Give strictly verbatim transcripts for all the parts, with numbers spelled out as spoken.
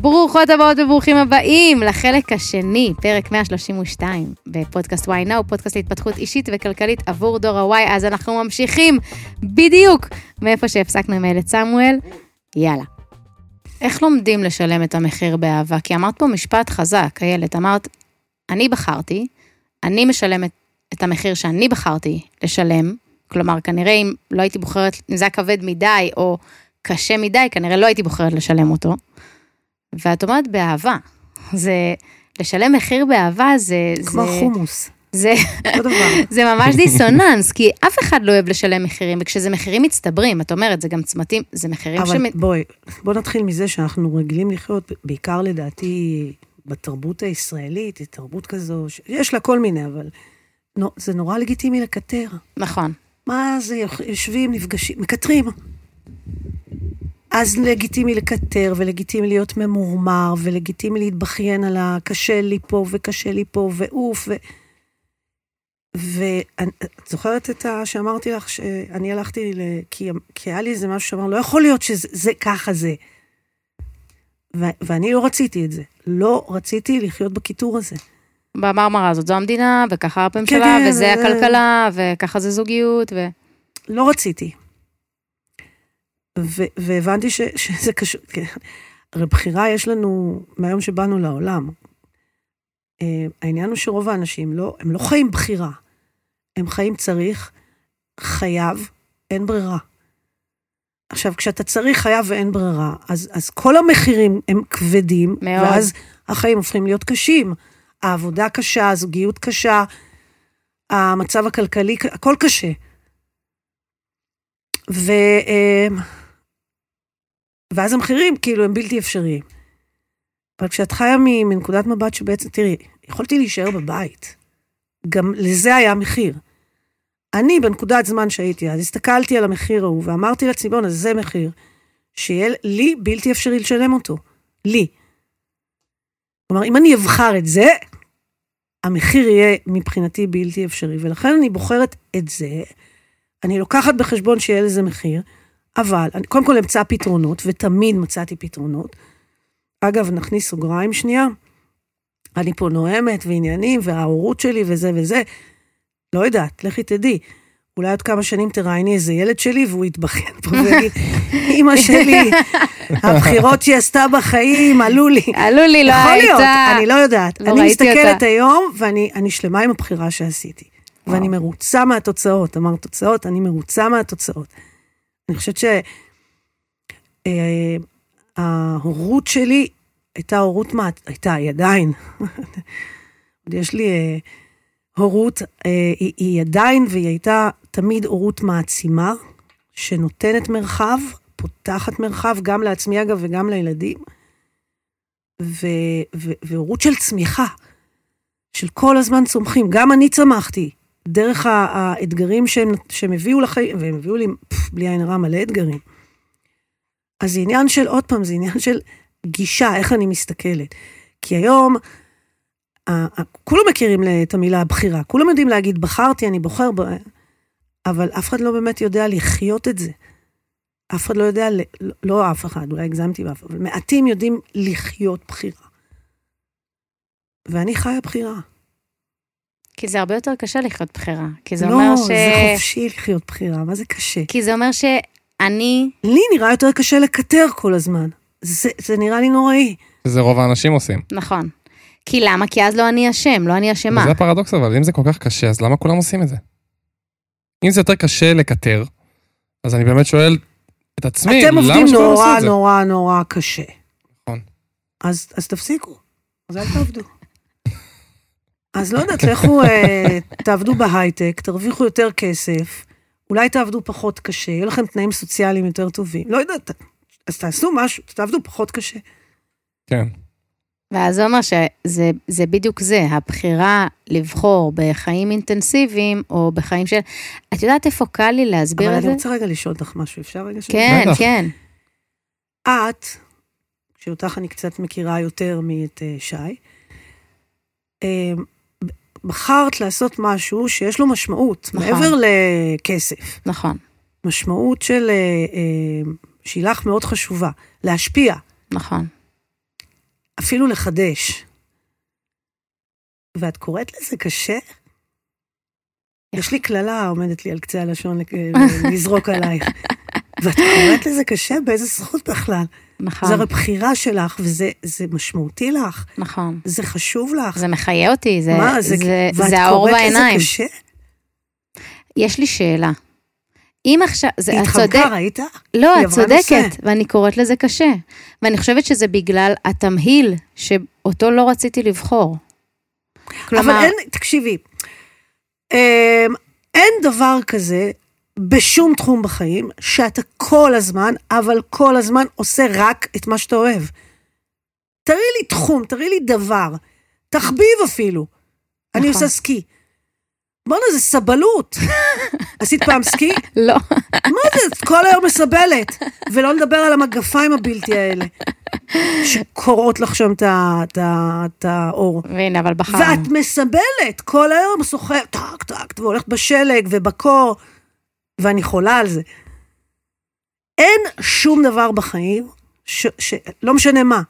ברוכות הבאות וברוכים הבאים לחלק השני, פרק מאה שלושים ושתיים, בפודקאסט וואי נאו, פודקאסט להתפתחות אישית וכלכלית עבור דור הוואי. אז אנחנו ממשיכים בדיוק מאיפה שהפסקנו עם הילד סמואל. יאללה. איך לומדים לשלם את המחיר באהבה? כי אמרת פה משפט חזק, הילד, אמרת, אני בחרתי, אני משלמת את המחיר שאני בחרתי לשלם, כלומר, כנראה אם לא הייתי בוחרת, אם זה היה כבד מדי או קשה מדי, כנראה לא הייתי בוחרת לשלם אותו. ואת אומרת באהבה. זה, לשלם מחיר באהבה זה... כמו זה, חומוס. זה, זה ממש דיסוננס, כי אף אחד לא אוהב לשלם מחירים, וכשזה מחירים מצטברים, את אומרת, זה גם צמתים, זה מחירים אבל שמת... בואי, בוא נתחיל מזה שאנחנו רגילים לחיות, בעיקר לדעתי, בתרבות הישראלית, היא תרבות כזו, יש לה כל מיני, אבל זה נורא לגיטימי לקטר. נכון. מה זה, יושבים, נפגשים, מקטרים. אז לגיטימי לקטר, ולגיטימי להיות ממורמר, ולגיטימי להתבכיין על הקשה לי פה, וקשה לי פה, ואוף, ו... ואת זוכרת את ה... שאמרתי לך, שאני הלכתי, ל... כי... כי היה לי איזה משהו שאמר, לא יכול להיות שזה זה, ככה זה. ו... ואני לא רציתי את זה. לא רציתי לחיות בכיתור הזה. במרמרה הזאת, זו המדינה, וככה הממשלה, כן, וזה ו... הכלכלה, וככה זה זוגיות, ו... לא רציתי. ו- והבנתי ש- שזה קשור, הרי בחירה יש לנו מהיום שבאנו לעולם. העניין הוא שרוב האנשים לא, הם לא חיים בחירה, הם חיים צריך, חייב, אין ברירה. עכשיו, כשאתה צריך חייב ואין ברירה, אז, אז כל המחירים הם כבדים, מאוד. ואז החיים הופכים להיות קשים. העבודה קשה, הזוגיות קשה, המצב הכלכלי, הכל קשה. ו... ואז המחירים כאילו הם בלתי אפשריים. אבל כשאת חיה מנקודת מבט שבעצם, תראי, יכולתי להישאר בבית. גם לזה היה מחיר. אני בנקודת זמן שהייתי, אז הסתכלתי על המחיר ההוא, ואמרתי לציבון, אז זה מחיר, שיהיה לי בלתי אפשרי לשלם אותו. לי. כלומר, אם אני אבחר את זה, המחיר יהיה מבחינתי בלתי אפשרי, ולכן אני בוחרת את זה, אני לוקחת בחשבון שיהיה לזה מחיר, אבל אני קודם כל אמצא פתרונות, ותמיד מצאתי פתרונות. אגב, נכניס סוגריים שנייה, אני פה נואמת ועניינים, וההורות שלי וזה וזה, לא יודעת, לכי תדעי, אולי עוד כמה שנים תראייני איזה ילד שלי, והוא יתבחן פה ויגיד, אמא שלי, הבחירות שהיא עשתה בחיים, עלו לי. עלו לי, לא הייתה. יכול להיות, אני לא יודעת. אני מסתכלת היום, ואני שלמה עם הבחירה שעשיתי. ואני מרוצה מהתוצאות, אמרת תוצאות, אני מרוצה מהתוצאות. אני חושבת שההורות שלי הייתה הורות, הייתה, היא עדיין. יש לי הורות, היא עדיין, והיא הייתה תמיד הורות מעצימה, שנותנת מרחב, פותחת מרחב, גם לעצמי אגב וגם לילדים, והורות של צמיחה, של כל הזמן צומחים, גם אני צמחתי, דרך האתגרים שהם, שהם הביאו לחיים, והם הביאו לי בלי עין הרע מלא אתגרים. אז זה עניין של, עוד פעם, זה עניין של גישה, איך אני מסתכלת. כי היום, כולם מכירים את המילה הבחירה, כולם יודעים להגיד, בחרתי, אני בוחר, אבל אף אחד לא באמת יודע לחיות את זה. אף אחד לא יודע, לא אף אחד, אולי הגזמתי באף, אבל מעטים יודעים לחיות בחירה. ואני חיה בחירה. כי זה הרבה יותר קשה לחיות בחירה. כי זה לא, אומר ש... זה חופשי לחיות בחירה, מה זה קשה? כי זה אומר שאני... לי נראה יותר קשה לקטר כל הזמן. זה, זה נראה לי נוראי. זה רוב האנשים עושים. נכון. כי למה? כי אז לא אני אשם, לא אני אשמה. זה הפרדוקס, אבל אם זה כל כך קשה, אז למה כולם עושים את זה? אם זה יותר קשה לקטר, אז אני באמת שואל את עצמי, אתם עובדים נורא, נורא, נורא, נורא קשה. נכון. אז, אז תפסיקו. אז אל תעבדו. אז לא יודעת, לכו, תעבדו בהייטק, תרוויחו יותר כסף, אולי תעבדו פחות קשה, יהיו לכם תנאים סוציאליים יותר טובים. לא יודעת, אז תעשו משהו, תעבדו פחות קשה. כן. ואז זה אומר שזה זה בדיוק זה, הבחירה לבחור בחיים אינטנסיביים, או בחיים של... את יודעת איפה קל לי להסביר את זה? אבל אני רוצה רגע לשאול אותך משהו, אפשר רגע? כן, כן. את, שאותך אני קצת מכירה יותר מאת שי, בחרת לעשות משהו שיש לו משמעות, נכון. מעבר לכסף. נכון. משמעות של, שהיא לך מאוד חשובה, להשפיע. נכון. אפילו לחדש. ואת קוראת לזה קשה? יש לי כללה עומדת לי על קצה הלשון לזרוק עלייך. ואת קוראת לזה קשה? באיזה זכות בכלל? נכון. זו הבחירה שלך, וזה זה משמעותי לך. נכון. זה חשוב לך. זה מחיה אותי, זה, מה, זה, זה, ואת זה האור בעיניים. קוראת לזה קשה? יש לי שאלה. אם עכשיו, זה, היא התחמקה, הצודק... ראית? לא, את צודקת, ואני קוראת לזה קשה. ואני חושבת שזה בגלל התמהיל שאותו לא רציתי לבחור. כלומר... אבל אין, תקשיבי, אין דבר כזה בשום תחום בחיים, שאתה כל הזמן, אבל כל הזמן עושה רק את מה שאתה אוהב. תראי לי תחום, תראי לי דבר, תחביב אפילו. אני עושה סקי. בוא'נה, זה סבלות. עשית פעם סקי? לא. מה זה? כל היום מסבלת. ולא לדבר על המגפיים הבלתי האלה. שקוראות לך שם את האור. והנה, אבל בחר. ואת מסבלת. כל היום סוחר, טק, טק, והולכת בשלג ובקור. ואני חולה על זה. אין שום דבר בחיים, ש, ש, לא משנה מה,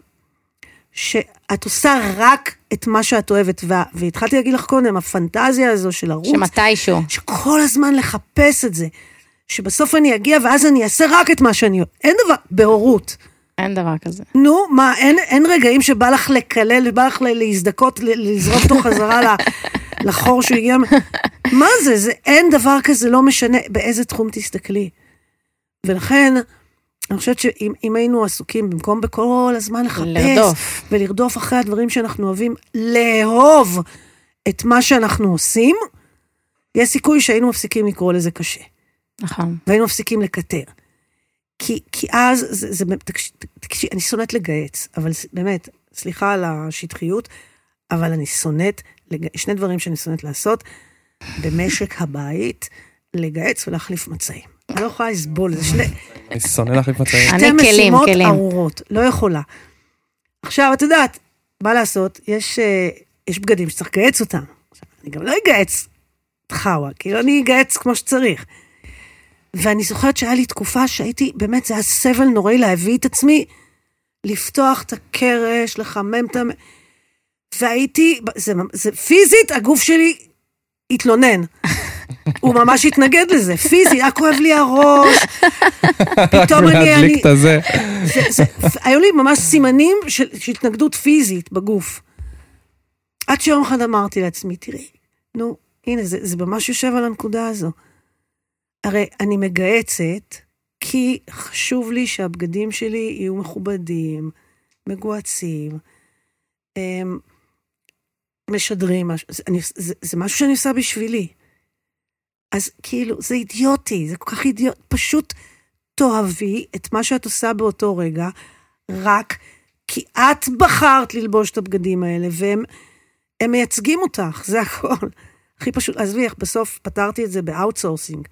שאת עושה רק את מה שאת אוהבת, ו, והתחלתי להגיד לך קודם, הפנטזיה הזו של ערוץ, שמתישהו. שכל הזמן לחפש את זה, שבסוף אני אגיע, ואז אני אעשה רק את מה שאני אוהבת. אין דבר, בהורות. אין דבר כזה. נו, מה, אין, אין רגעים שבא לך לקלל, בא לך להזדקות, לזרוק אותו חזרה לחור שהוא הגיע, מה זה? זה? אין דבר כזה, לא משנה באיזה תחום תסתכלי. ולכן, אני חושבת שאם היינו עסוקים, במקום בכל הזמן לחפש, לרדוף. ולרדוף אחרי הדברים שאנחנו אוהבים, לאהוב את מה שאנחנו עושים, יש סיכוי שהיינו מפסיקים לקרוא לזה קשה. נכון. והיינו מפסיקים לקטר. כי, כי אז, זה, זה, תקש, תקש, אני שונאת לגייץ, אבל באמת, סליחה על השטחיות, אבל אני שונאת, שני דברים שאני שונאת לעשות, במשק הבית, לגייץ ולהחליף מצעים. אני לא יכולה לסבול, זה שני... אני שונא להחליף מצעים. שתי משימות ארורות, לא יכולה. עכשיו, את יודעת, מה לעשות, יש, יש בגדים שצריך לגייץ אותם. אני גם לא אגייץ חווה, כאילו אני אגייץ כמו שצריך. ואני זוכרת שהיה לי תקופה שהייתי, באמת זה היה סבל נוראי להביא את עצמי, לפתוח את הקרש, לחמם את... והייתי, זה, זה פיזית, הגוף שלי התלונן. הוא ממש התנגד לזה, פיזי, היה כואב לי הראש, פתאום אני... להדליק את הזה. היו לי ממש סימנים של, של התנגדות פיזית בגוף. עד שיום אחד אמרתי לעצמי, תראי, נו, הנה, זה, זה ממש יושב על הנקודה הזו. הרי אני מגייצת, כי חשוב לי שהבגדים שלי יהיו מכובדים, מגועצים, הם, משדרים משהו, זה, אני, זה, זה משהו שאני עושה בשבילי. אז כאילו, זה אידיוטי, זה כל כך אידיוט, פשוט תאהבי את מה שאת עושה באותו רגע, רק כי את בחרת ללבוש את הבגדים האלה, והם הם מייצגים אותך, זה הכל. הכי פשוט, עזבי, איך בסוף פתרתי את זה באוטסורסינג.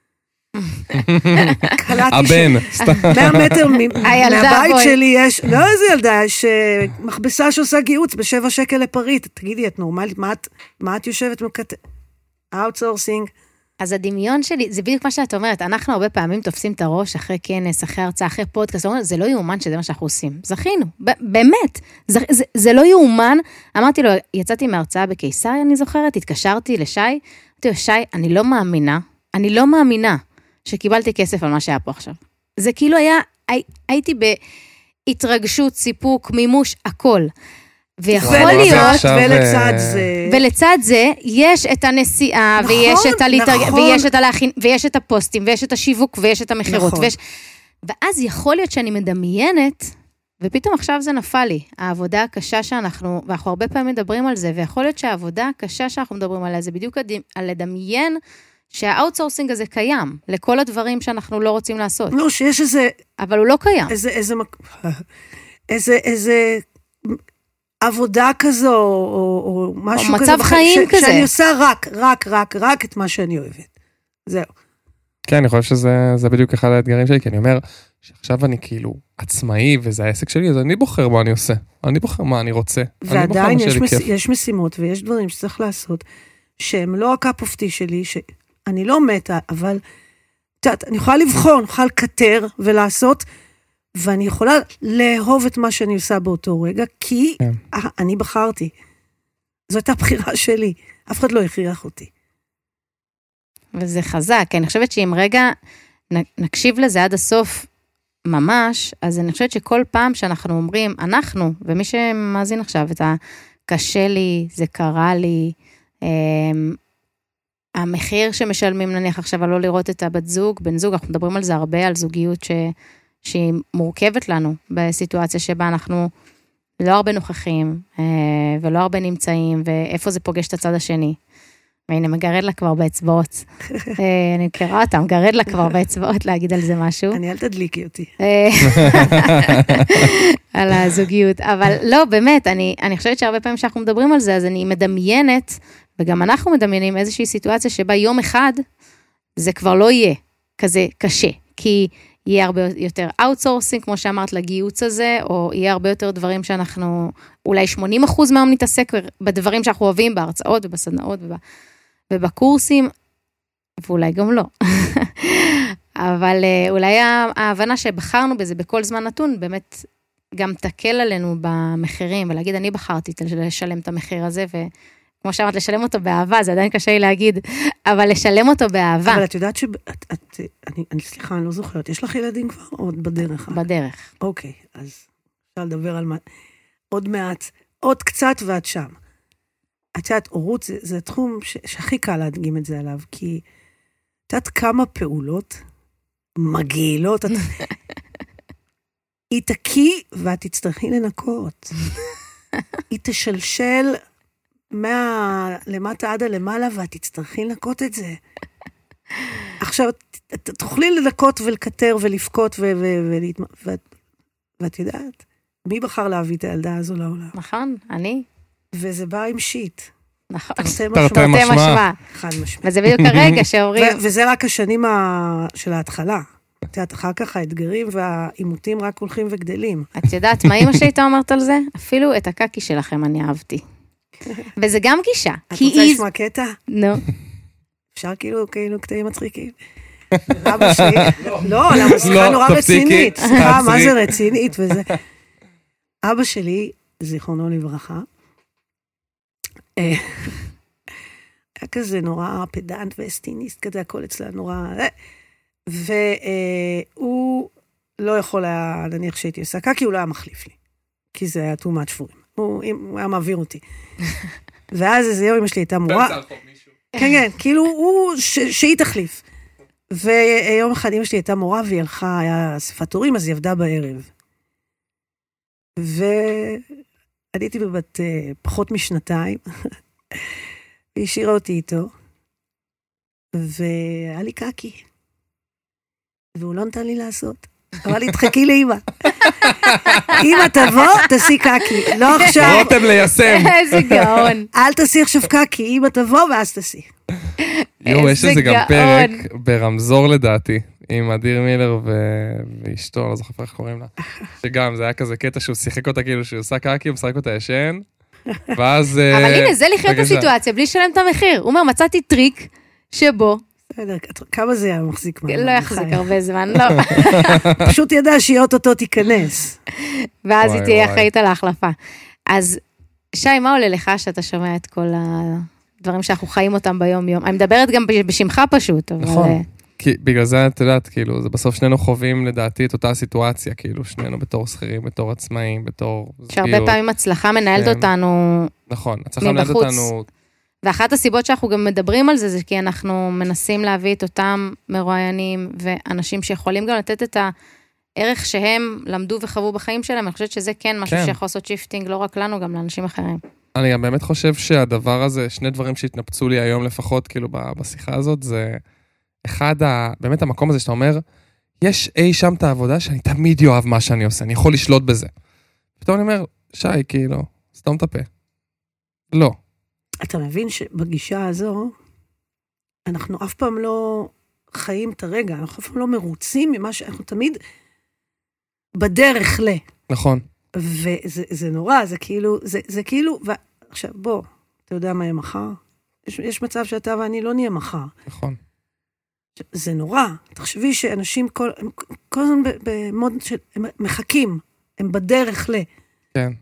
הבן. מאה מטר מהבית שלי יש, לא איזה ילדה, יש מכבסה שעושה גיוץ בשבע שקל לפריט. תגידי, את נורמלית, מה את יושבת מקטע? אאוטסורסינג. אז הדמיון שלי, זה בדיוק מה שאת אומרת, אנחנו הרבה פעמים תופסים את הראש אחרי כנס, אחרי הרצאה, אחרי פודקאסט, זה לא יאומן שזה מה שאנחנו עושים. זכינו, באמת, זה, זה, זה לא יאומן. אמרתי לו, יצאתי מהרצאה בקיסריה, אני זוכרת, התקשרתי לשי, אמרתי לו, שי, אני לא מאמינה, אני לא מאמינה שקיבלתי כסף על מה שהיה פה עכשיו. זה כאילו היה, הי, הייתי בהתרגשות, סיפוק, מימוש, הכל. ויכול להיות, ולצד זה, ולצד זה, יש את הנסיעה, נכון, ויש את הלהתרג... נכון. ויש את הלהכין, ויש את הפוסטים, ויש את השיווק, ויש את המחירות, נכון. ויש... ואז יכול להיות שאני מדמיינת, ופתאום עכשיו זה נפל לי, העבודה הקשה שאנחנו, ואנחנו הרבה פעמים מדברים על זה, ויכול להיות שהעבודה הקשה שאנחנו מדברים עליה, זה בדיוק על לדמיין, שהאוטסורסינג הזה קיים, לכל הדברים שאנחנו לא רוצים לעשות. לא, שיש איזה... אבל הוא לא קיים. איזה, איזה, איזה, איזה עבודה כזו, או, או משהו או כזה. מצב חיים ש, כזה. שאני עושה רק, רק, רק, רק את מה שאני אוהבת. זהו. כן, אני חושב שזה זה בדיוק אחד האתגרים שלי, כי אני אומר, שעכשיו אני כאילו עצמאי, וזה העסק שלי, אז אני בוחר מה אני עושה. אני בוחר מה אני רוצה. ועדיין יש, מס, יש משימות, ויש דברים שצריך לעשות, שהם לא הקאפ אופטי שלי, שאני לא מתה, אבל, תעת, אני יכולה לבחון, אני יכולה לקטר ולעשות ואני יכולה לאהוב את מה שאני עושה באותו רגע, כי כן. אני בחרתי. זו הייתה בחירה שלי, אף אחד לא הכריח אותי. וזה חזק, אני חושבת שאם רגע נקשיב לזה עד הסוף ממש, אז אני חושבת שכל פעם שאנחנו אומרים, אנחנו, ומי שמאזין עכשיו, את הקשה לי, זה קרה לי, המחיר שמשלמים נניח עכשיו על לא לראות את הבת זוג, בן זוג, אנחנו מדברים על זה הרבה, על זוגיות ש, שהיא מורכבת לנו, בסיטואציה שבה אנחנו לא הרבה נוכחים, ולא הרבה נמצאים, ואיפה זה פוגש את הצד השני. והנה, מגרד לה כבר באצבעות. אני מכירה אותה, מגרד לה כבר באצבעות להגיד על זה משהו. אני אל תדליקי אותי. על הזוגיות. אבל לא, באמת, אני, אני חושבת שהרבה פעמים שאנחנו מדברים על זה, אז אני מדמיינת, וגם אנחנו מדמיינים איזושהי סיטואציה שבה יום אחד, זה כבר לא יהיה כזה קשה. כי יהיה הרבה יותר אאוטסורסינג, כמו שאמרת, לגיוץ הזה, או יהיה הרבה יותר דברים שאנחנו, אולי שמונים אחוז מהיום נתעסק בדברים שאנחנו אוהבים, בהרצאות ובסדנאות ובקורסים, ואולי גם לא. אבל אולי ההבנה שבחרנו בזה בכל זמן נתון, באמת גם תקל עלינו במחירים, ולהגיד, אני בחרתי לשלם את המחיר הזה, וכמו שאמרת, לשלם אותו באהבה, זה עדיין קשה לי להגיד, אבל לשלם אותו באהבה. אבל את יודעת ש... את, את, אני, אני, סליחה, אני לא זוכרת, יש לך ילדים כבר או עוד בדרך? בדרך. אוקיי, אז אפשר לדבר על מה... עוד מעט, עוד קצת ואת שם. את יודעת, הורות זה, זה התחום ש, שהכי קל להדגים את זה עליו, כי את יודעת כמה פעולות מגעילות, את... היא תקי ואת תצטרכי לנקות. היא תשלשל מה... למטה עד הלמעלה ואת תצטרכי לנקות את זה. עכשיו, תוכלי לנקות ולקטר ולפקות ו... ו... ו... ו... ואת יודעת, מי בחר להביא את הילדה הזו לעולם? נכון, אני. וזה בא עם שיט. נכון. תרתי משמע. חד משמע. וזה בדיוק הרגע שהורים... וזה רק השנים של ההתחלה. את יודעת, אחר כך האתגרים והעימותים רק הולכים וגדלים. את יודעת מה אמא שהייתה אומרת על זה? אפילו את הקקי שלכם אני אהבתי. וזה גם גישה. את רוצה לשמוע קטע? נו. אפשר כאילו, כאילו, קטעים מצחיקים. אבא שלי, לא, למה שיחה נורא רצינית. סליחה, מה זה רצינית וזה. אבא שלי, זיכרונו לברכה, היה כזה נורא פדנט ואסטיניסט, כזה הכל אצלה נורא, והוא לא יכול היה, נניח שהייתי עושה קקי, הוא לא היה מחליף לי, כי זה היה too much for him, הוא היה מעביר אותי. ואז איזה יום אמא שלי הייתה מורה, כן, כן, כאילו הוא, שהיא תחליף. ויום אחד אמא שלי הייתה מורה, והיא הלכה, היה אספת הורים, אז היא עבדה בערב. ואני הייתי בבת פחות משנתיים, והיא השאירה אותי איתו, והיה לי קקי, והוא לא נתן לי לעשות. אמר לי, תחכי לאמא. אמא תבוא, תעשי קקי. לא עכשיו. רותם ליישם. איזה גאון. אל תעשי עכשיו קקי, אמא תבוא ואז תעשי. יו, יש לזה גם פרק ברמזור לדעתי, עם אדיר מילר ואשתו, לא זוכר איך קוראים לה. שגם, זה היה כזה קטע שהוא שיחק אותה כאילו שהוא עושה קקי, הוא משחק אותה ישן, ואז... אבל הנה, זה לחיות את הסיטואציה, בלי לשלם את המחיר. הוא אומר, מצאתי טריק שבו... בסדר, כמה זה היה מחזיק? לא יחזיק הרבה זמן, לא. פשוט ידע שהיא אוטוטו תיכנס. ואז היא תהיה אחראית על ההחלפה. אז, שי, מה עולה לך שאתה שומע את כל הדברים שאנחנו חיים אותם ביום יום? אני מדברת גם בשמך פשוט, אבל... נכון. כי בגלל זה את יודעת, כאילו, זה בסוף שנינו חווים לדעתי את אותה סיטואציה, כאילו, שנינו בתור שכירים, בתור עצמאים, בתור... שהרבה פעמים הצלחה מנהלת אותנו... נכון, הצלחה מנהלת אותנו... ואחת הסיבות שאנחנו גם מדברים על זה, זה כי אנחנו מנסים להביא את אותם מרואיינים, ואנשים שיכולים גם לתת את הערך שהם למדו וחוו בחיים שלהם, אני חושבת שזה כן משהו שיכול לעשות שיפטינג, לא רק לנו, גם לאנשים אחרים. אני גם באמת חושב שהדבר הזה, שני דברים שהתנפצו לי היום לפחות, כאילו, בשיחה הזאת, זה אחד, ה, באמת המקום הזה שאתה אומר, יש אי שם את העבודה שאני תמיד יאהב מה שאני עושה, אני יכול לשלוט בזה. פתאום אני אומר, שי, כאילו, סתום את הפה. לא. אתה מבין שבגישה הזו, אנחנו אף פעם לא חיים את הרגע, אנחנו אף פעם לא מרוצים ממה שאנחנו תמיד בדרך ל. נכון. וזה זה נורא, זה כאילו, זה, זה כאילו, ועכשיו בוא, אתה יודע מה יהיה מחר? יש, יש מצב שאתה ואני לא נהיה מחר. נכון. זה נורא. תחשבי שאנשים כל, הם כל הזמן במוד של, הם מחכים, הם בדרך ל... כן.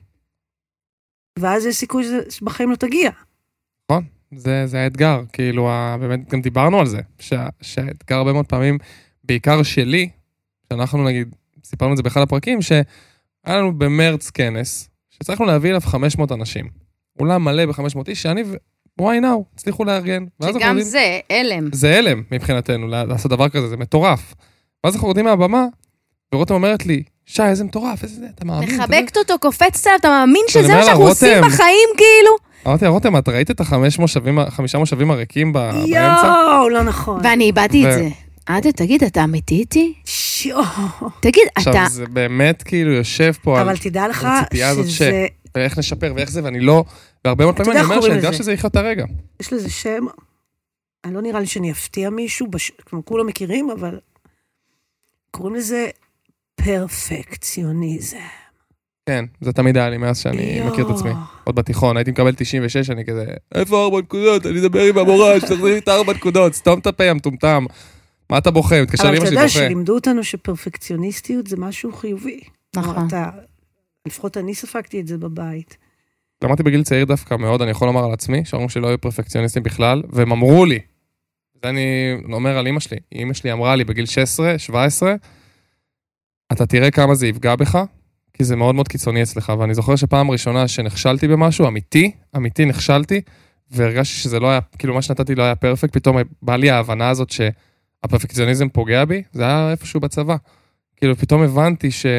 ואז יש סיכוי שבחיים לא תגיע. נכון, זה, זה האתגר, כאילו, באמת גם דיברנו על זה, שה, שהאתגר הרבה מאוד פעמים, בעיקר שלי, שאנחנו נגיד, סיפרנו את זה באחד הפרקים, שהיה לנו במרץ כנס, שצריכנו להביא אליו חמש מאות אנשים. אולם מלא ב-חמש מאות איש, שאני ו-why now, הצליחו לארגן. שגם יודעים, זה אלם. זה אלם מבחינתנו, לעשות דבר כזה, זה מטורף. ואז אנחנו יורדים מהבמה, ורותם אומרת לי, שי, איזה מטורף, איזה זה, אתה מאמין? מחבקת אותו, קופצת עליו, אתה מאמין שזה מה שאנחנו עושים בחיים, כאילו? אמרתי, רותם, את ראית את החמישה מושבים הריקים באמצע? יואו, לא נכון. ואני איבדתי את זה. עדה, תגיד, אתה אמיתי איתי? שיו. תגיד, אתה... עכשיו, זה באמת כאילו יושב פה על הציפייה הזאת ש... ואיך נשפר, ואיך זה, ואני לא... והרבה מאוד פעמים אני אומר שהאתגר שזה יחיות הרגע. יש לזה שם, אני לא נראה לי שאני אפתיע מישהו, כמו כולם מכירים, אבל קוראים לזה פרפקציוניזם. כן, זה תמיד היה לי מאז שאני מכיר את עצמי. עוד בתיכון, הייתי מקבל תשעים ושש, אני כזה, איפה ארבע נקודות? אני אדבר עם המורה, שתחזיר את ארבע נקודות, סתום את הפה, המטומטם. מה אתה בוכה? מתקשר אמא שלי בוכה. אבל אתה יודע שלימדו אותנו שפרפקציוניסטיות זה משהו חיובי. נכון. לפחות אני ספגתי את זה בבית. למדתי בגיל צעיר דווקא מאוד, אני יכול לומר על עצמי, שאומרים שלא היו פרפקציוניסטים בכלל, והם אמרו לי, זה אני אומר על אמא שלי, אמא שלי אמרה לי בגיל שש עשרה, שבע עשרה, אתה תראה כמה זה יפגע בך, כי זה מאוד מאוד קיצוני אצלך, ואני זוכר שפעם ראשונה שנכשלתי במשהו, אמיתי, אמיתי נכשלתי, והרגשתי שזה לא היה, כאילו מה שנתתי לא היה פרפקט, פתאום באה לי ההבנה הזאת שהפרפקציוניזם פוגע בי, זה היה איפשהו בצבא. כאילו פתאום הבנתי ש...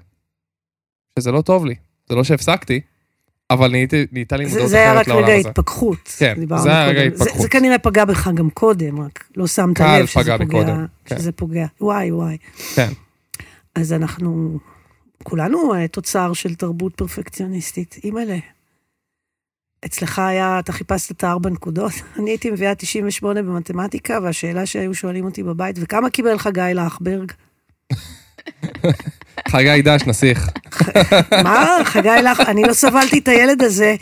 שזה לא טוב לי, זה לא שהפסקתי, אבל נהייתה לי מודעות אחרת לעולם הזה. זה היה רק רגע התפכחות. כן, זה היה רגע התפכחות. זה כנראה פגע בך גם קודם, רק לא שמת לב שזה פוגע. וואי, וואי. כן. אז אנחנו, כולנו תוצר של תרבות פרפקציוניסטית. אימאלה. אצלך היה, אתה חיפשת את הארבע נקודות. אני הייתי מביאה תשעים ושמונה במתמטיקה, והשאלה שהיו שואלים אותי בבית, וכמה קיבל חגי לחברג? חגי דש, נסיך. מה? חגי לך, אני לא סבלתי את הילד הזה.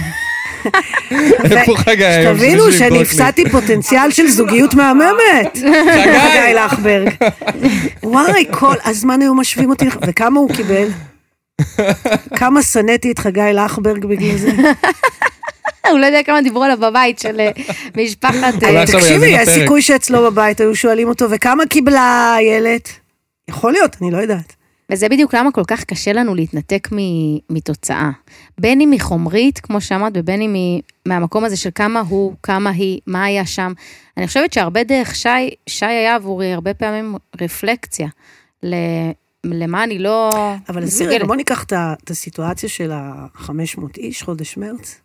איפה חגי? תבינו שאני הפסעתי פוטנציאל של זוגיות מהממת. חגי לחברג. וואי, כל הזמן היו משווים אותי, וכמה הוא קיבל? כמה שנאתי את חגי לחברג בגיל זה? הוא לא יודע כמה דיברו עליו בבית של משפחת... תקשיבי, יש סיכוי שאצלו בבית היו שואלים אותו, וכמה קיבלה הילד? יכול להיות, אני לא יודעת. וזה בדיוק למה כל כך קשה לנו להתנתק מתוצאה. בין אם היא חומרית, כמו שאמרת, ובין אם היא מהמקום הזה של כמה הוא, כמה היא, מה היה שם. אני חושבת שהרבה דרך שי, שי היה עבורי הרבה פעמים רפלקציה, למה אני לא מסוגלת. אבל אז רגע, בוא ניקח את הסיטואציה של ה-חמש מאות איש, חודש מרץ.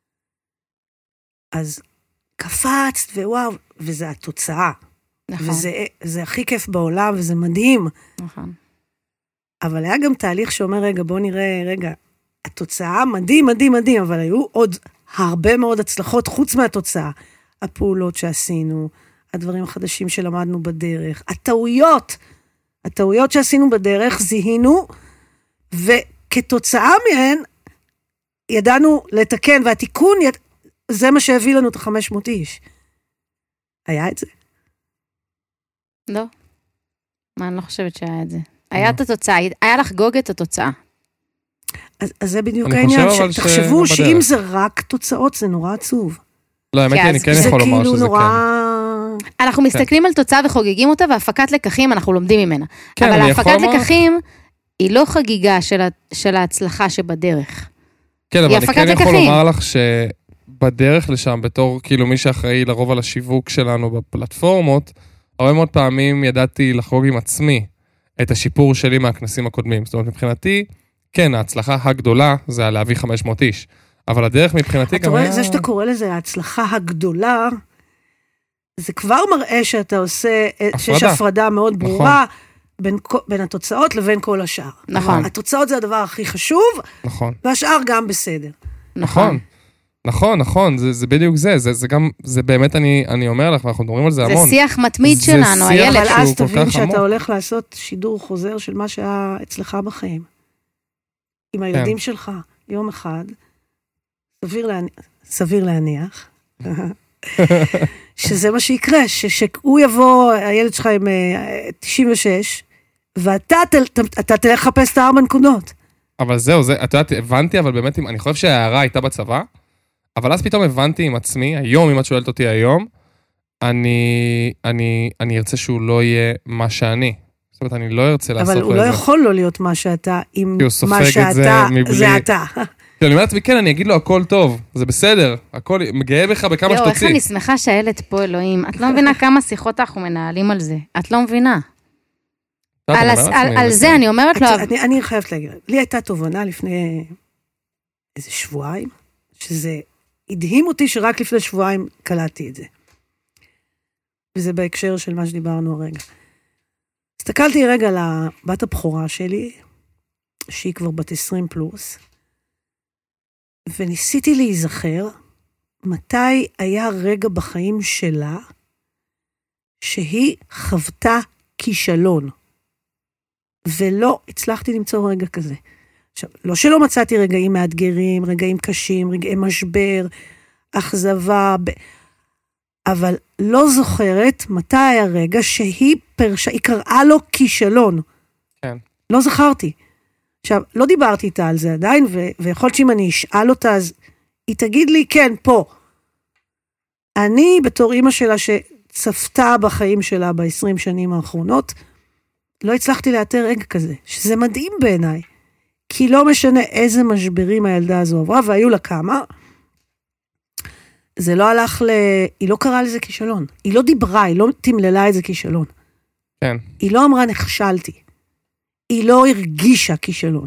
אז קפצת ווואו, וזה התוצאה. נכון. וזה זה הכי כיף בעולם, וזה מדהים. נכון. אבל היה גם תהליך שאומר, רגע, בוא נראה, רגע, התוצאה מדהים, מדהים, מדהים, אבל היו עוד הרבה מאוד הצלחות חוץ מהתוצאה. הפעולות שעשינו, הדברים החדשים שלמדנו בדרך, הטעויות, הטעויות שעשינו בדרך, זיהינו, וכתוצאה מהן, ידענו לתקן, והתיקון, יד... זה מה שהביא לנו את ה-חמש מאות איש. היה את זה? לא. מה, אני לא חושבת שהיה את זה. היה את התוצאה, היה לחגוג את התוצאה. אז, אז זה בדיוק העניין, שתחשבו שאם זה רק תוצאות, זה נורא עצוב. לא, האמת היא, אני כן יכול לומר שזה נורא... כן. אנחנו מסתכלים על תוצאה וחוגגים אותה, והפקת לקחים אנחנו לומדים ממנה. כן, אבל ההפקת לומר... לקחים היא לא חגיגה של, ה... של ההצלחה שבדרך. כן, אבל אני כן לקחים. יכול לומר לך שבדרך לשם, בתור כאילו מי שאחראי לרוב על השיווק שלנו בפלטפורמות, הרבה מאוד פעמים ידעתי לחגוג עם עצמי את השיפור שלי מהכנסים הקודמים. זאת אומרת, מבחינתי, כן, ההצלחה הגדולה זה להביא חמש מאות איש. אבל הדרך מבחינתי גם היה... זה שאתה קורא לזה ההצלחה הגדולה, זה כבר מראה שאתה עושה, שיש הפרדה מאוד ברורה בין, בין התוצאות לבין כל השאר. נכון. התוצאות זה הדבר הכי חשוב, נכון. והשאר גם בסדר. נכון. נכון, נכון, זה, זה בדיוק זה, זה, זה גם, זה באמת אני, אני אומר לך, ואנחנו מדברים על זה המון. זה שיח מתמיד שלנו, הילד. אבל אז תבין שאתה הולך לעשות שידור חוזר של מה שהיה אצלך בחיים. עם הילדים שלך, יום אחד, סביר להניח, סביר להניח, שזה מה שיקרה, שהוא יבוא, הילד שלך עם תשעים ושש, ואתה אתה תלך לחפש את הארבע נקודות. אבל זהו, זה, את יודעת, הבנתי, אבל באמת, אני חושב שההערה הייתה בצבא, אבל אז פתאום הבנתי עם עצמי, היום, אם את שואלת אותי היום, אני, אני, אני ארצה שהוא לא יהיה מה שאני. זאת אומרת, אני לא ארצה לעשות לו את זה. אבל הוא לא יכול לא להיות מה שאתה, אם מה שאתה, זה, מבלי... זה אתה. אני אומר לעצמי, כן, אני אגיד לו, הכל טוב, זה בסדר, הכל מגאה בך בכמה שתוציא. יו, איך אני שמחה שהילד פה, אלוהים, את לא מבינה כמה שיחות אנחנו מנהלים על זה, את לא מבינה. על זה אני אומרת לו... אני חייבת להגיד, לי הייתה תובנה לפני איזה שבועיים, שזה הדהים אותי שרק לפני שבועיים קלטתי את זה. וזה בהקשר של מה שדיברנו הרגע. הסתכלתי רגע לבת הבכורה שלי, שהיא כבר בת עשרים פלוס, וניסיתי להיזכר מתי היה רגע בחיים שלה שהיא חוותה כישלון. ולא הצלחתי למצוא רגע כזה. עכשיו, לא שלא מצאתי רגעים מאתגרים, רגעים קשים, רגעי משבר, אכזבה, ב... אבל לא זוכרת מתי היה רגע שהיא פרשה, היא קראה לו כישלון. כן. לא זכרתי. עכשיו, לא דיברתי איתה על זה עדיין, ו... ויכול להיות שאם אני אשאל אותה, אז היא תגיד לי, כן, פה. אני, בתור אמא שלה שצפתה בחיים שלה ב-עשרים שנים האחרונות, לא הצלחתי לאתר רגע כזה, שזה מדהים בעיניי, כי לא משנה איזה משברים הילדה הזו עברה, והיו לה כמה, זה לא הלך ל... היא לא קראה לזה כישלון, היא לא דיברה, היא לא תמללה את זה כישלון. כן. היא לא אמרה נכשלתי, היא לא הרגישה כישלון.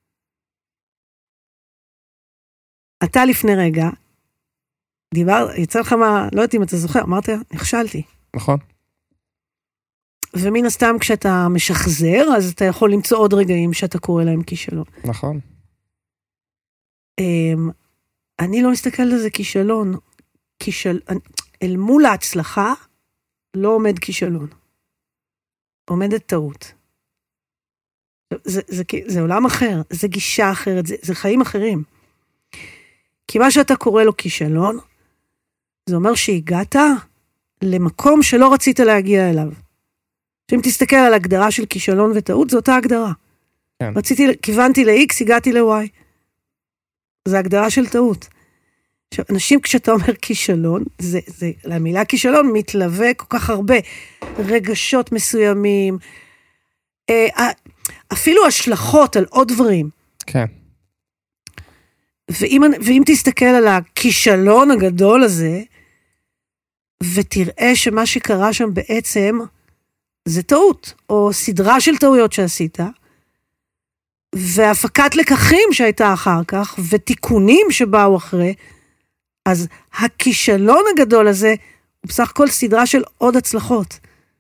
אתה לפני רגע, דיבר, יצא לך מה, לא יודעת אם אתה זוכר, אמרת, נכשלתי. נכון. ומן הסתם כשאתה משחזר, אז אתה יכול למצוא עוד רגעים שאתה קורא להם כישלון. נכון. אני לא מסתכל על זה כישלון, כישל... אל מול ההצלחה, לא עומד כישלון. עומדת טעות. זה, זה, זה עולם אחר, זה גישה אחרת, זה, זה חיים אחרים. כי מה שאתה קורא לו כישלון, זה אומר שהגעת למקום שלא רצית להגיע אליו. שאם תסתכל על הגדרה של כישלון וטעות, זו אותה הגדרה. כן. רציתי, כיוונתי ל-X, הגעתי ל-Y. זו הגדרה של טעות. עכשיו, אנשים כשאתה אומר כישלון, זה, זה, למילה כישלון מתלווה כל כך הרבה רגשות מסוימים, אה, אפילו השלכות על עוד דברים. כן. ואם, ואם תסתכל על הכישלון הגדול הזה, ותראה שמה שקרה שם בעצם, זה טעות, או סדרה של טעויות שעשית, והפקת לקחים שהייתה אחר כך, ותיקונים שבאו אחרי, אז הכישלון הגדול הזה, הוא בסך הכל סדרה של עוד הצלחות.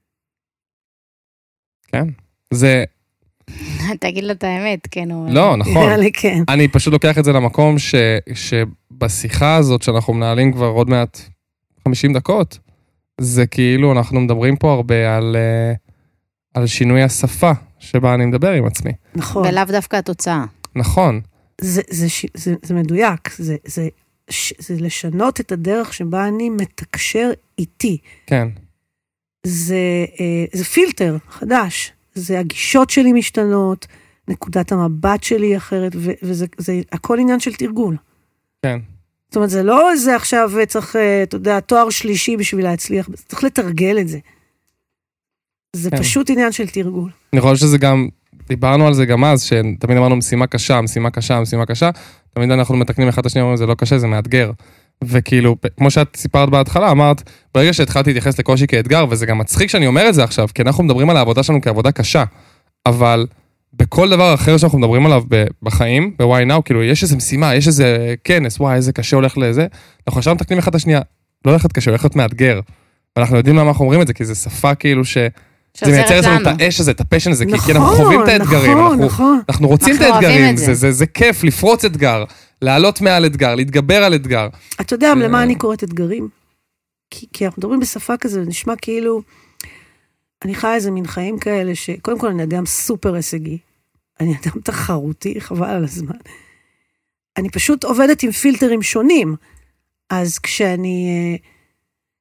כן, זה... תגיד לו את האמת, כן. או... לא, נכון. כן. אני פשוט לוקח את זה למקום ש... שבשיחה הזאת, שאנחנו מנהלים כבר עוד מעט חמישים דקות, זה כאילו אנחנו מדברים פה הרבה על, על שינוי השפה שבה אני מדבר עם עצמי. נכון. ולאו דווקא התוצאה. נכון. זה, זה, זה, זה מדויק, זה, זה, זה לשנות את הדרך שבה אני מתקשר איתי. כן. זה, זה פילטר חדש, זה הגישות שלי משתנות, נקודת המבט שלי אחרת, וזה זה הכל עניין של תרגול. כן. זאת אומרת, זה לא איזה עכשיו צריך, אתה יודע, תואר שלישי בשביל להצליח, צריך לתרגל את זה. זה כן. פשוט עניין של תרגול. אני חושב שזה גם, דיברנו על זה גם אז, שתמיד אמרנו משימה קשה, משימה קשה, משימה קשה, תמיד אנחנו מתקנים אחד את השנייה, אומרים, זה לא קשה, זה מאתגר. וכאילו, כמו שאת סיפרת בהתחלה, אמרת, ברגע שהתחלתי להתייחס לקושי כאתגר, וזה גם מצחיק שאני אומר את זה עכשיו, כי אנחנו מדברים על העבודה שלנו כעבודה קשה, אבל בכל דבר אחר שאנחנו מדברים עליו בחיים, ב-Why Now, כאילו, יש איזו משימה, יש איזה כנס, וואי, איזה קשה הולך לזה, אנחנו עכשיו מתקנים אחד את השנייה, לא הולכת קשה, הולכת מאתגר. ואנחנו יודעים למה אנחנו אומרים את זה, כי זה שפה כאילו ש... זה מייצר לנו את האש הזה, את הפשן הזה, כי אנחנו חווים את האתגרים, אנחנו רוצים את האתגרים, זה כיף לפרוץ אתגר, לעלות מעל אתגר, להתגבר על אתגר. אתה יודע למה אני קוראת אתגרים? כי אנחנו מדברים בשפה כזה, נשמע כאילו, אני חיה איזה מין חיים כאלה, שקודם כל אני אדם סופר הישגי, אני אדם תחרותי, חבל על הזמן. אני פשוט עובדת עם פילטרים שונים, אז כשאני,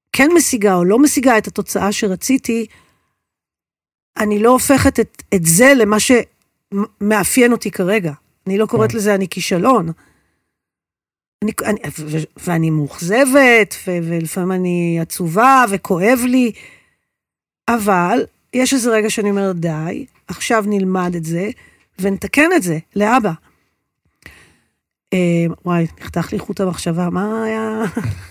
כן משיגה או לא משיגה את התוצאה שרציתי, אני לא הופכת את, את זה למה שמאפיין אותי כרגע. אני לא קוראת לזה אני כישלון. אני, אני, ו, ואני מוחזבת, ו, ולפעמים אני עצובה וכואב לי, אבל יש איזה רגע שאני אומרת, די, עכשיו נלמד את זה, ונתקן את זה לאבא. אה, וואי, נחתך לי חוט המחשבה, מה היה...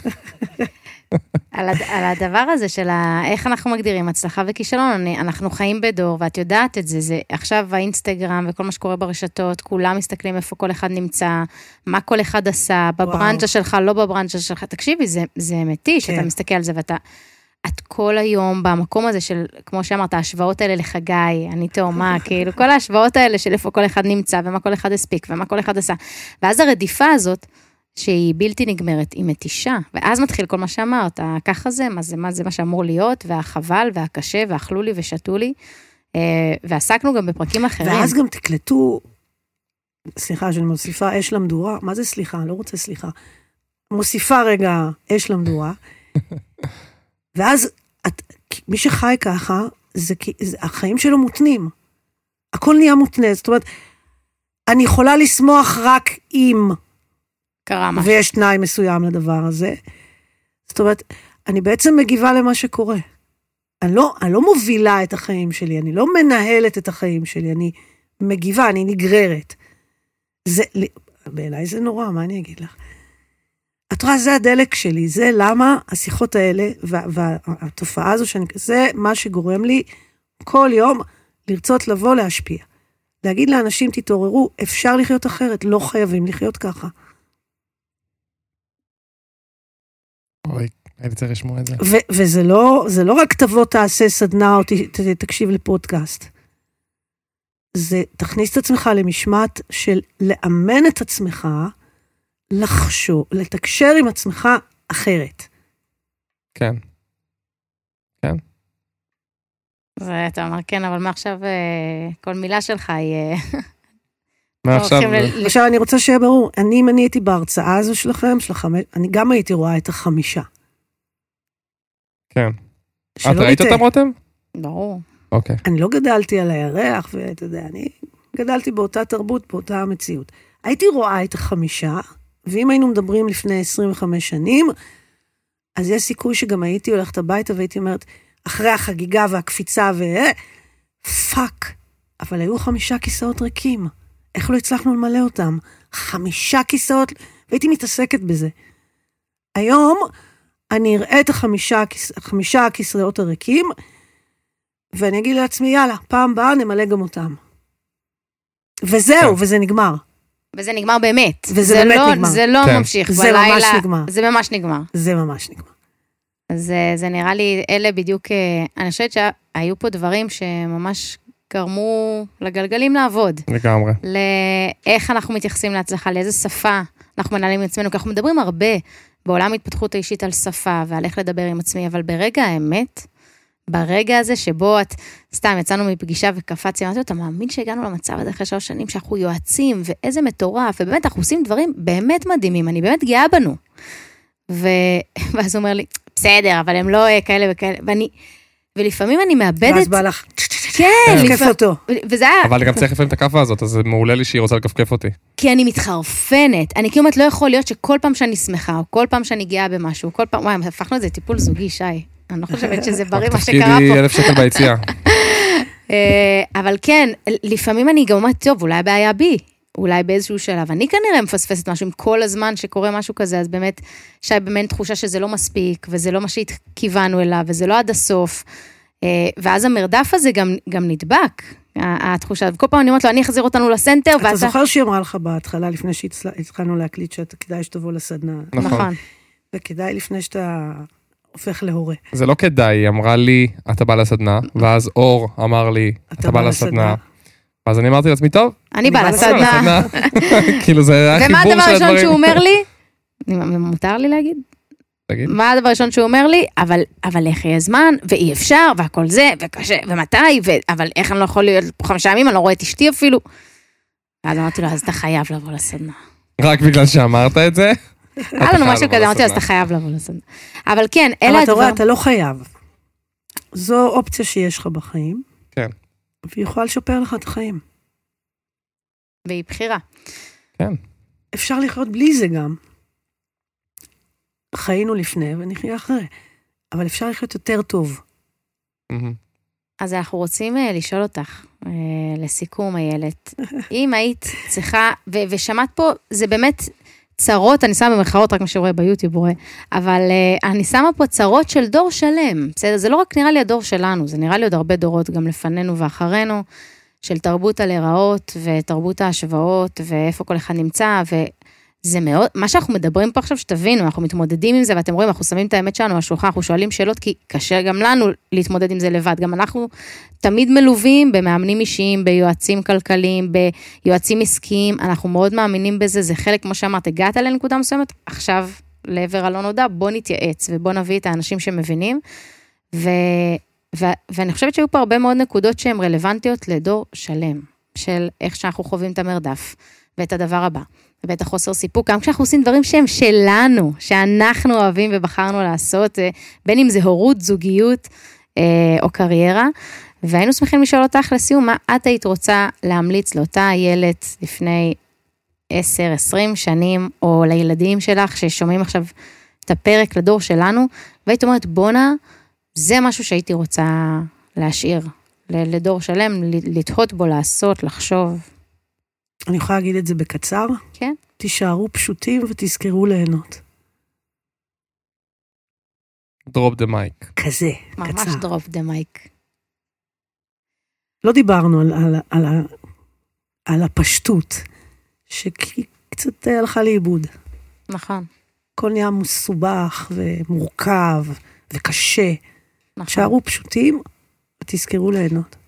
על, הד, על הדבר הזה של ה, איך אנחנו מגדירים הצלחה וכישלון, אני, אנחנו חיים בדור, ואת יודעת את זה, זה עכשיו האינסטגרם וכל מה שקורה ברשתות, כולם מסתכלים איפה כל אחד נמצא, מה כל אחד עשה, בברנצ'ה שלך, לא בברנצ'ה שלך, תקשיבי, זה, זה אמיתי, שאתה כן. מסתכל על זה, ואתה, את כל היום במקום הזה של, כמו שאמרת, ההשוואות האלה לחגי, אני תאומה, כאילו, כל ההשוואות האלה של איפה כל אחד נמצא, ומה כל אחד הספיק, ומה כל אחד עשה, ואז הרדיפה הזאת, שהיא בלתי נגמרת, היא מתישה, ואז מתחיל כל מה שאמרת, ככה זה, מה זה, מה זה מה שאמור להיות, והחבל, והקשה, ואכלו לי ושתו לי, ועסקנו גם בפרקים אחרים. ואז גם תקלטו, סליחה, שאני מוסיפה אש למדורה, מה זה סליחה? אני לא רוצה סליחה. מוסיפה רגע אש למדורה, ואז את, מי שחי ככה, זה, זה, החיים שלו מותנים. הכל נהיה מותנה, זאת אומרת, אני יכולה לשמוח רק אם... ויש תנאי מסוים לדבר הזה. זאת אומרת, אני בעצם מגיבה למה שקורה. אני לא, אני לא מובילה את החיים שלי, אני לא מנהלת את החיים שלי, אני מגיבה, אני נגררת. זה, בעיניי זה נורא, מה אני אגיד לך? את רואה, זה הדלק שלי, זה למה השיחות האלה, וה, והתופעה הזו, שאני, זה מה שגורם לי כל יום לרצות לבוא להשפיע. להגיד לאנשים, תתעוררו, אפשר לחיות אחרת, לא חייבים לחיות ככה. אוי, הייתי צריך לשמוע את זה. ו- וזה לא, זה לא רק תבוא תעשה סדנה או ת- ת- תקשיב לפודקאסט. זה תכניס את עצמך למשמעת של לאמן את עצמך, לחשוב, לתקשר עם עצמך אחרת. כן. כן. זה, אתה אומר, כן, אבל מה עכשיו, כל מילה שלך היא... מה עכשיו? עכשיו אני רוצה שיהיה ברור, אני אם אני הייתי בהרצאה הזו שלכם, של החמש, אני גם הייתי רואה את החמישה. כן. את ראית אותם רותם? ברור. אוקיי. אני לא גדלתי על הירח, ואתה יודע, אני גדלתי באותה תרבות, באותה המציאות. הייתי רואה את החמישה, ואם היינו מדברים לפני עשרים וחמש שנים, אז יש סיכוי שגם הייתי הולכת הביתה, והייתי אומרת, אחרי החגיגה והקפיצה, ו... פאק. אבל היו חמישה כיסאות ריקים. איך לא הצלחנו למלא אותם? חמישה כיסאות, והייתי מתעסקת בזה. היום אני אראה את החמישה, החמישה הכיסאות הריקים, ואני אגיד לעצמי, יאללה, פעם באה נמלא גם אותם. וזהו, וזה נגמר. וזה נגמר באמת. וזה באמת לא, נגמר. זה לא כן. ממשיך זה בלילה. ממש נגמר. זה ממש נגמר. זה ממש נגמר. אז זה נראה לי, אלה בדיוק, אני חושבת שהיו פה דברים שממש גרמו לגלגלים לעבוד. לגמרי. לאיך אנחנו מתייחסים להצלחה, לאיזה שפה אנחנו מנהלים עם עצמנו, כי אנחנו מדברים הרבה בעולם התפתחות האישית על שפה, ועל איך לדבר עם עצמי, אבל ברגע האמת, ברגע הזה שבו את, סתם יצאנו מפגישה וקפצתי, אמרתי, אתה מאמין שהגענו למצב הזה אחרי שלוש שנים, שאנחנו יועצים, ואיזה מטורף, ובאמת אנחנו עושים דברים באמת מדהימים, אני באמת גאה בנו. ו... ואז הוא אומר לי, בסדר, אבל הם לא כאלה וכאלה, ואני, ולפעמים אני מאבדת... ואז בא לך, כן, כיף אותו. וזה היה... אבל גם צריך לפעמים את הכפה הזאת, אז זה מעולה לי שהיא רוצה לקפקף אותי. כי אני מתחרפנת, אני כאילו אומרת, לא יכול להיות שכל פעם שאני שמחה, או כל פעם שאני גאה במשהו, כל פעם, וואי, הפכנו את זה טיפול זוגי, שי. אני לא חושבת שזה בריא מה שקרה פה. תפקידי אלף שקל ביציאה. אבל כן, לפעמים אני גם אומרת, טוב, אולי הבעיה בי, אולי באיזשהו שלב. אני כנראה מפספסת משהו, עם כל הזמן שקורה משהו כזה, אז באמת, שי, באמת תחושה שזה לא מספיק, וזה לא מה שהתכיוונו אליו, וזה לא עד הסוף. ואז המרדף הזה גם, גם נדבק, התחושה. וכל פעם אני אומרת לו, אני אחזיר אותנו לסנטר, אתה זוכר שהיא אמרה לך בהתחלה, לפני שהתחלנו להקליט, שאתה כדאי שתבוא לסדנה. נכון. וכדאי לפני שאתה הופך להורה. זה לא כדאי, היא אמרה לי, אתה בא לסדנה, ואז אור אמר לי, אתה בא לסדנה. אז אני אמרתי לעצמי, טוב. אני בא לסדנה. כאילו זה היה חיבור של הדברים. ומה הדבר הראשון שהוא אומר לי? מותר לי להגיד? תגיד. מה הדבר הראשון שהוא אומר לי? אבל, אבל איך יהיה זמן, ואי אפשר, והכל זה, וקשה, ומתי, ו... אבל איך אני לא יכול להיות פה חמישה ימים, אני לא רואה את אשתי אפילו. ואז אמרתי לו, אז אתה חייב לבוא לסדנה. רק בגלל שאמרת את זה? היה לנו משהו כזה, אמרתי, אז אתה חייב לבוא לסדנה. אבל כן, אלה אבל אתה רואה, הדבר... אתה לא חייב. זו אופציה שיש לך בחיים. כן. והיא יכולה לשפר לך את החיים. והיא בחירה. כן. אפשר לחיות בלי זה גם. חיינו לפני ונחיה אחרי. אבל אפשר לחיות יותר טוב. מהמם. אז אנחנו רוצים uh, לשאול אותך, uh, לסיכום, איילת, אם היית צריכה, ו- ושמעת פה, זה באמת צרות, אני שמה במרכאות, רק מי שרואה ביוטיוב רואה, אבל uh, אני שמה פה צרות של דור שלם, בסדר? זה לא רק נראה לי הדור שלנו, זה נראה לי עוד הרבה דורות, גם לפנינו ואחרינו, של תרבות הלהיראות, ותרבות ההשוואות, ואיפה כל אחד נמצא, ו... זה מאוד, מה שאנחנו מדברים פה עכשיו, שתבינו, אנחנו מתמודדים עם זה, ואתם רואים, אנחנו שמים את האמת שלנו על השולחן, אנחנו שואלים שאלות, כי קשה גם לנו להתמודד עם זה לבד, גם אנחנו תמיד מלווים במאמנים אישיים, ביועצים כלכליים, ביועצים עסקיים, אנחנו מאוד מאמינים בזה, זה חלק, כמו שאמרת, הגעת לנקודה מסוימת, עכשיו לעבר הלא נודע, בוא נתייעץ, ובוא נביא את האנשים שמבינים, ו, ו, ואני חושבת שהיו פה הרבה מאוד נקודות שהן רלוונטיות לדור שלם, של איך שאנחנו חווים את המרדף, ואת הדבר הבא. ואת החוסר סיפוק, גם כשאנחנו עושים דברים שהם שלנו, שאנחנו אוהבים ובחרנו לעשות, בין אם זה הורות, זוגיות או קריירה, והיינו שמחים לשאול אותך לסיום, מה את היית רוצה להמליץ לאותה ילד לפני עשר עשרים שנים, או לילדים שלך ששומעים עכשיו את הפרק לדור שלנו, והיית אומרת, בונה, זה משהו שהייתי רוצה להשאיר, לדור שלם, לתהות בו, לעשות, לחשוב. אני יכולה להגיד את זה בקצר? כן. תישארו פשוטים ותזכרו ליהנות. drop the mic. כזה, ממש קצר. ממש drop the mic. לא דיברנו על, על, על, על, על הפשטות, שקצת הלכה לאיבוד. נכון. הכל נהיה מסובך ומורכב וקשה. נכון. תישארו פשוטים ותזכרו ליהנות.